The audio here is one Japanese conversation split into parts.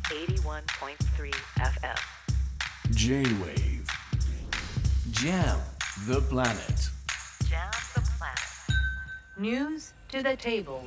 81.3 FM J-Wave Jam the Planet Jam the Planet News to the Table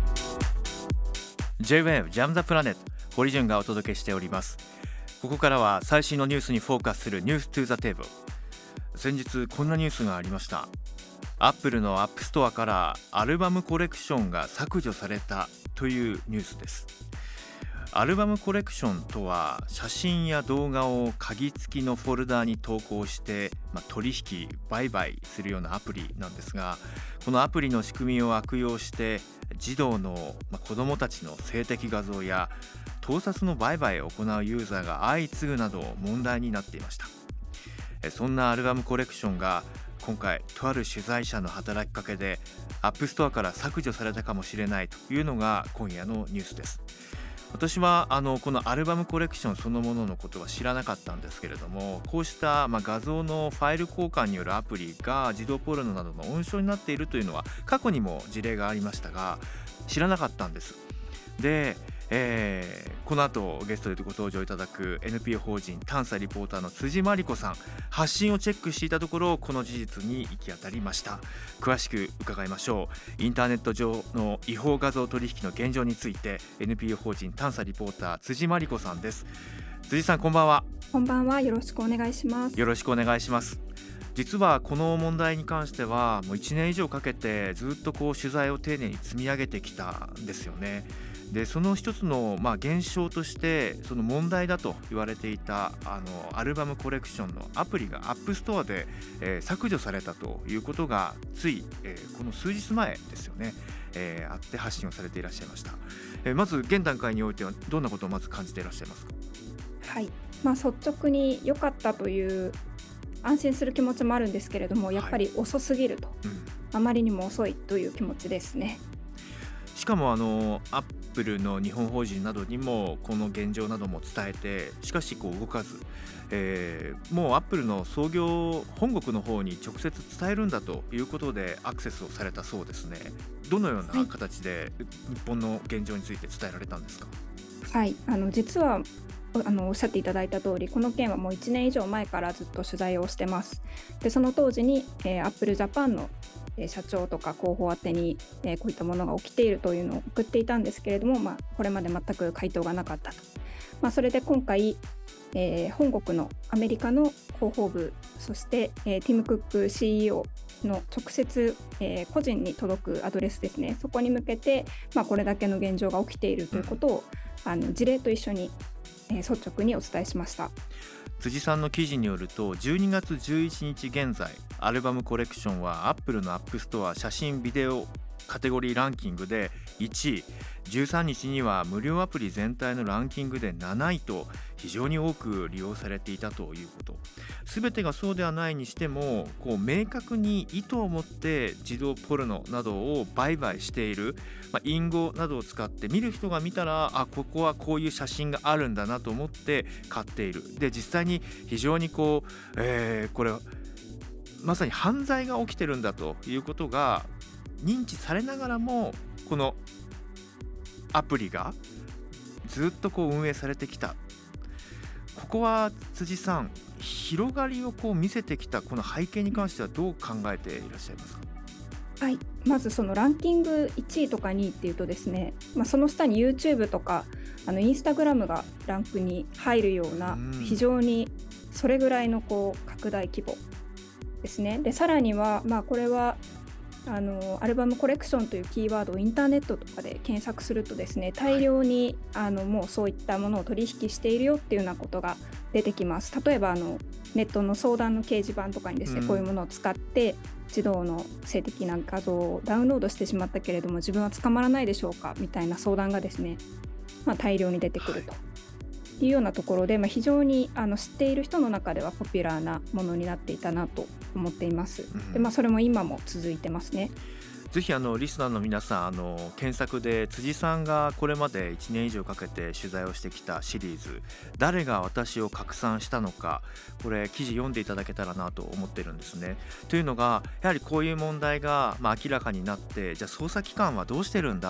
J-Wave Jam the Planet 堀潤がお届けしております。ここからは最新のニュースにフォーカスする News to the Table。 先日こんなニュースがありました。アップルのアップストアからアルバムコレクションが削除されたというニュースです。アルバムコレクションとは写真や動画を鍵付きのフォルダに投稿して、取引売買するようなアプリなんですが、このアプリの仕組みを悪用して児童の、子どもたちの性的画像や盗撮の売買を行うユーザーが相次ぐなど問題になっていました。そんなアルバムコレクションが今回とある取材者の働きかけでアップストアから削除されたかもしれないというのが今夜のニュースです。私はこのアルバムコレクションそのもののことは知らなかったんですけれども、こうした、画像のファイル交換によるアプリが児童ポルノなどの温床になっているというのは過去にも事例がありましたが知らなかったんです。で、この後ゲストでご登場いただく NPO 法人探査リポーターの辻真理子さん、発信をチェックしていたところこの事実に行き当たりました。詳しく伺いましょう。インターネット上の違法画像取引の現状について NPO 法人探査リポーター辻真理子さんです。辻さん、こんばんは。 こんばんは、よろしくお願いします。 よろしくお願いします。実はこの問題に関してはもう1年以上かけてずっと取材を丁寧に積み上げてきたんですよね。でその一つの現象としてその問題だと言われていたアルバムコレクションのアプリがアップストアで、削除されたということがつい、この数日前ですよね、あって発信をされていらっしゃいました。まず現段階においてはどんなことをまず感じていらっしゃいますか？ はい、率直に良かったという安心する気持ちもあるんですけれども、やっぱり遅すぎると、あまりにも遅いという気持ちですね。 しかもアップルの日本法人などにもこの現状なども伝えて、しかし動かず、もうアップルの創業本国の方に直接伝えるんだということでアクセスをされたそうですね。どのような形で日本の現状について伝えられたんですか？ はい、実はおっしゃっていただいた通り、この件はもう1年以上前からずっと取材をしてます。でその当時に、アップルジャパンの社長とか広報宛てに、こういったものが起きているというのを送っていたんですけれども、これまで全く回答がなかったと。それで今回、本国のアメリカの広報部、そして、ティム・クック CEO の直接、個人に届くアドレスですね、そこに向けて、これだけの現状が起きているということを、事例と一緒に、率直にお伝えしました。 辻さんの記事によると12月11日現在アルバムコレクションはアップルのアップストア写真ビデオカテゴリーランキングで1位、13日には無料アプリ全体のランキングで7位と非常に多く利用されていたということ。全てがそうではないにしても明確に意図を持って児童ポルノなどを売買している、隠語などを使って見る人が見たらここはこういう写真があるんだなと思って買っている。で実際に非常にこれまさに犯罪が起きてるんだということが認知されながらもこのアプリがずっと運営されてきた。ここは辻さん、広がりを見せてきたこの背景に関してはどう考えていらっしゃいますか？ はい、まずそのランキング1位とか2位っていうとですね、その下に YouTube とかInstagram がランクに入るような非常にそれぐらいの拡大規模ですね。でさらにはこれはアルバムコレクションというキーワードをインターネットとかで検索するとですね、大量にもうそういったものを取引しているよっていうようなことが出てきます。例えばネットの相談の掲示板とかにですね、こういうものを使って児童の性的な画像をダウンロードしてしまったけれども自分は捕まらないでしょうかみたいな相談がですね、大量に出てくるというようなところで、非常に知っている人の中ではポピュラーなものになっていたなと思っています。でそれも今も続いてますね。 ぜひリスナーの皆さん検索で辻さんがこれまで1年以上かけて取材をしてきたシリーズ誰が私を拡散したのか、これ記事読んでいただけたらなと思ってるんですね。というのがやはりこういう問題が明らかになって、じゃあ捜査機関はどうしてるんだと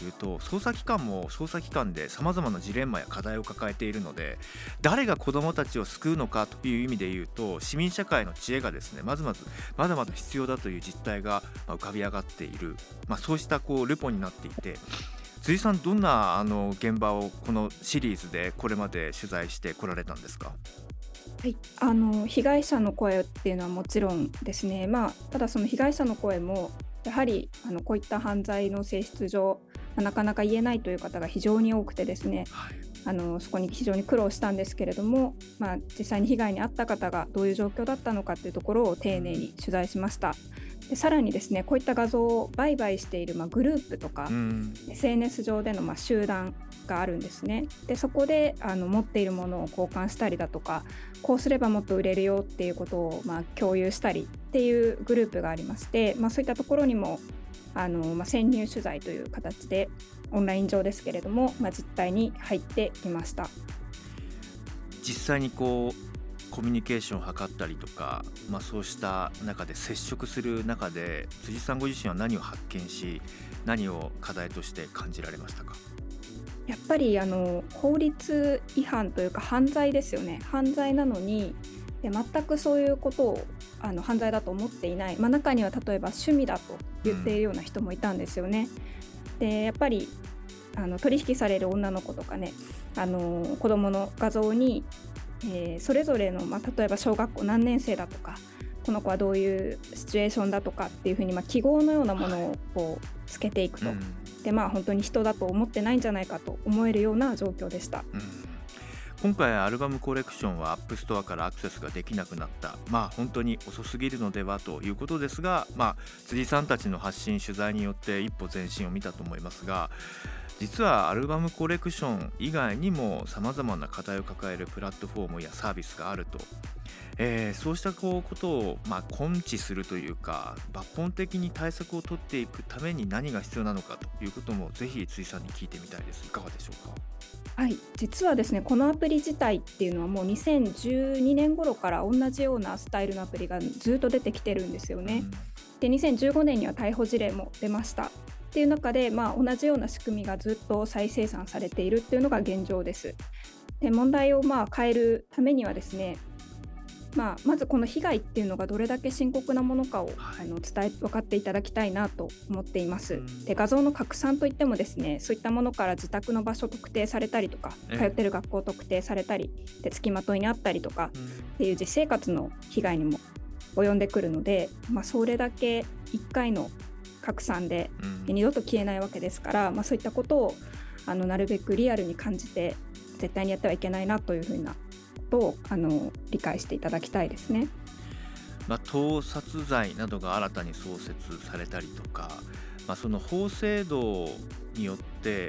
いうと、捜査機関も捜査機関でさまざまなジレンマや課題を抱えているので、誰が子どもたちを救うのかという意味で言うと、市民社会の知恵がですねまだまだ必要だという実態が浮かび上がっている、そうしたルポになっていて、辻さん、どんな現場をこのシリーズでこれまで取材してこられたんですか？ はい、被害者の声っていうのはもちろんですね、ただその被害者の声もやはりこういった犯罪の性質上、なかなか言えないという方が非常に多くてですね、そこに非常に苦労したんですけれども、実際に被害に遭った方がどういう状況だったのかというところを丁寧に取材しました。でさらにですね、こういった画像を売買しているグループとか、SNS 上での集団があるんですね。でそこで持っているものを交換したりだとか、こうすればもっと売れるよっていうことを共有したりっていうグループがありまして、そういったところにも潜入取材という形でオンライン上ですけれども、実態に入ってきました。 実際にコミュニケーションを図ったりとか、そうした中で接触する中で、辻さんご自身は何を発見し、何を課題として感じられましたか？ やっぱり法律違反というか犯罪ですよね。犯罪なのに全くそういうことを犯罪だと思っていない、中には例えば趣味だと言っているような人もいたんですよね。でやっぱり取引される女の子とかね、子供の画像に、それぞれの、例えば小学校何年生だとか、この子はどういうシチュエーションだとかっていうふうに、記号のようなものをつけていくと、で本当に人だと思ってないんじゃないかと思えるような状況でした。 今回アルバムコレクションはアップストアからアクセスができなくなった、本当に遅すぎるのではということですが、辻さんたちの発信取材によって一歩前進を見たと思いますが、実はアルバムコレクション以外にもさまざまな課題を抱えるプラットフォームやサービスがあると、そうしたことを根治するというか、抜本的に対策を取っていくために何が必要なのかということもぜひ辻さんに聞いてみたいです。いかがでしょうか？ はい、実はですね、このアプリ自体っていうのはもう2012年頃から同じようなスタイルのアプリがずっと出てきてるんですよね。で2015年には逮捕事例も出ましたっていう中で、同じような仕組みがずっと再生産されているっていうのが現状です。で問題を変えるためにはですね、まずこの被害っていうのがどれだけ深刻なものかを分かっていただきたいなと思っています。で画像の拡散といってもですね、そういったものから自宅の場所特定されたりとか、通ってる学校特定されたりで付きまといにあったりとかっていう実生活の被害にも及んでくるので、それだけ1回の拡散で二度と消えないわけですから、そういったことをなるべくリアルに感じて絶対にやってはいけないなというふうなことを理解していただきたいですね。 盗撮罪などが新たに創設されたりとか、その法制度によって、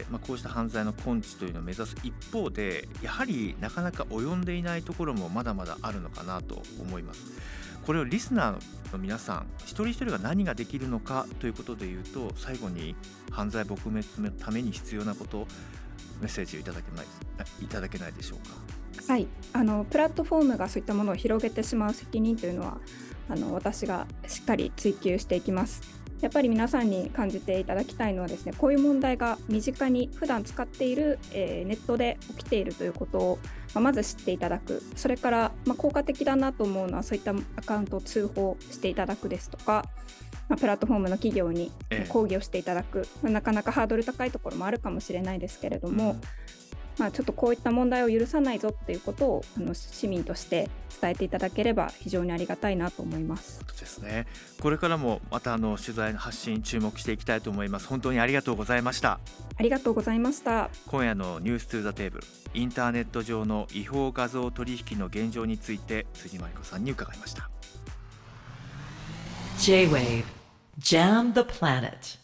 こうした犯罪の根治というのを目指す一方で、やはりなかなか及んでいないところもまだまだあるのかなと思います。これをリスナーの皆さん一人一人が何ができるのかということでいうと、最後に犯罪撲滅のために必要なこと、メッセージをいただけないでしょうか？はい、 プラットフォームがそういったものを広げてしまう責任というのは私がしっかり追及していきます。やっぱり皆さんに感じていただきたいのはですね、こういう問題が身近に普段使っている、ネットで起きているということを、まず知っていただく。それから、効果的だなと思うのはそういったアカウントを通報していただくですとか、プラットフォームの企業に抗議をしていただく、なかなかハードル高いところもあるかもしれないですけれども、ちょっとこういった問題を許さないぞっていうことを市民として伝えていただければ非常にありがたいなと思います。 そうですね。これからもまた取材の発信注目していきたいと思います。本当にありがとうございました。 ありがとうございました。 今夜のニューストゥーザテーブル、インターネット上の違法画像取引の現状について辻真理子さんに伺いました。 J-Wave Jam the Planet